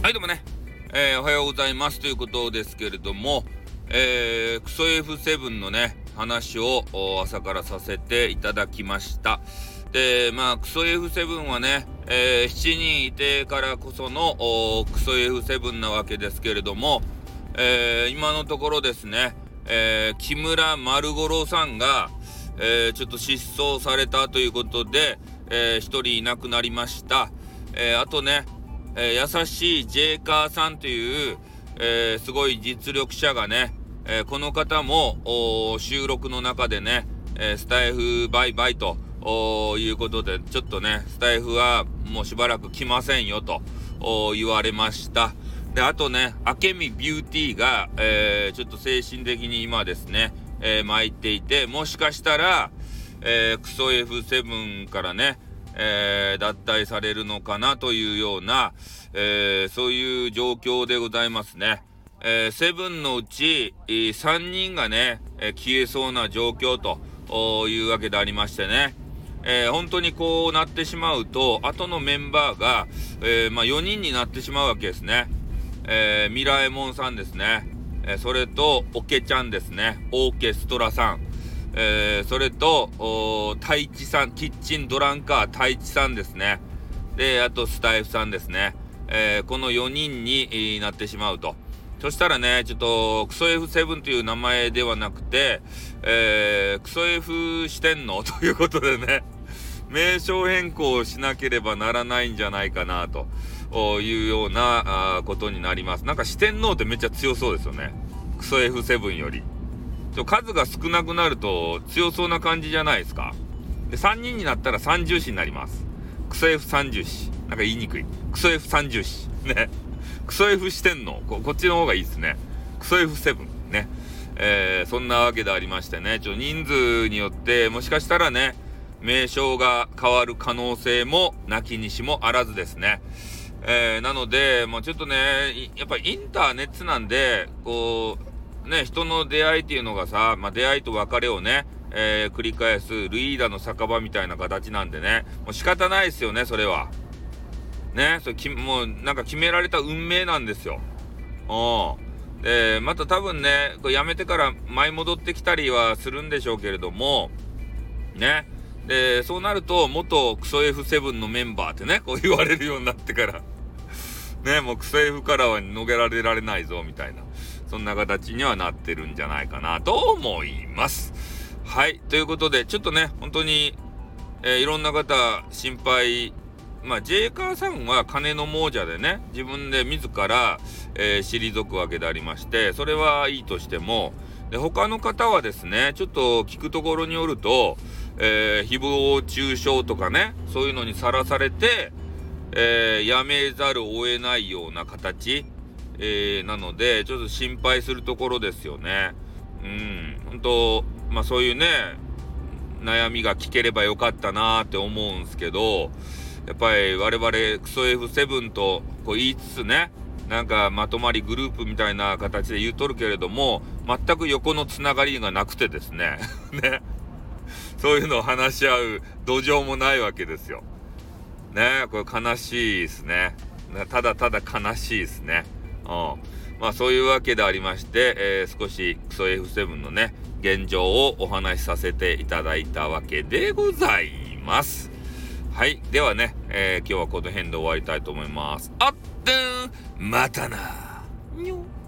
はい、どうもね、おはようございますということですけれども、クソ F7 のね話を朝からさせていただきました。で、クソ F7 はね、7人いてからこそのクソ F7 なわけですけれども、今のところですね、木村丸五郎さんが、ちょっと失踪されたということで、一人いなくなりました。あとね、優しいジェイカーさんという、すごい実力者がね、この方も収録の中でね、スタイフバイバイということで、ちょっとねスタイフはもうしばらく来ませんよと言われました。で、あとね、明美ビューティーが、ちょっと精神的に今ですね、参っていて、もしかしたら、クソ F7 からね、脱退されるのかなというような、そういう状況でございますね。セブンのうち3人がね、消えそうな状況というわけでありましてね、本当にこうなってしまうと後のメンバーが、4人になってしまうわけですね。ミラエモンさんですね、それとオケちゃんですね、オーケストラさん、それと太一さん、キッチンドランカー太一さんですね。で、あとスタイフさんですね。この4人になってしまうと。そしたらね、ちょっとクソ F7 という名前ではなくて、クソ F 四天王ということでね、名称変更しなければならないんじゃないかなというようなことになります。なんか四天王ってめっちゃ強そうですよね、クソ F7 より。数が少なくなると強そうな感じじゃないですか。で、3人になったら三重視になります。クソ F 三重視、なんか言いにくい。クソ F 三重視ね。クソ F 四天王、こっちの方がいいですね。クソ F7 ね。そんなわけでありましてね、人数によってもしかしたらね、名称が変わる可能性もなきにしもあらずですね。なのでもうちょっとね、やっぱりインターネットなんで、こうね、人の出会いっていうのがさ、出会いと別れをね、繰り返すルイーダの酒場みたいな形なんでね、もう仕方ないですよね、それはね。もうなんか決められた運命なんですよ。で、また多分ね、これやめてから舞い戻ってきたりはするんでしょうけれどもね。で、そうなると元クソ F7 のメンバーってね、こう言われるようになってからね、もうクソ F からは逃げられないぞみたいな、そんな形にはなってるんじゃないかなと思います。はい、ということでちょっとね、本当に、いろんな方心配。ジェイカーさんは金の亡者でね、自分で自ら、退くわけでありまして、それはいいとしても、で、他の方はですね、ちょっと聞くところによると、誹謗中傷とかね、そういうのにさらされて、やめざるを得ないような形、なのでちょっと心配するところですよね。本当、そういうね悩みが聞ければよかったなーって思うんですけど、やっぱり我々クソ F7 とこう言いつつね、なんかまとまりグループみたいな形で言うとるけれども、全く横のつながりがなくてですねね、そういうのを話し合う土壌もないわけですよね。これ悲しいですね。ただただ悲しいですね。そういうわけでありまして、少しクソ F7 のね現状をお話しさせていただいたわけでございます。はい、ではね、今日はこの辺で終わりたいと思います。あってん、またな。にょ。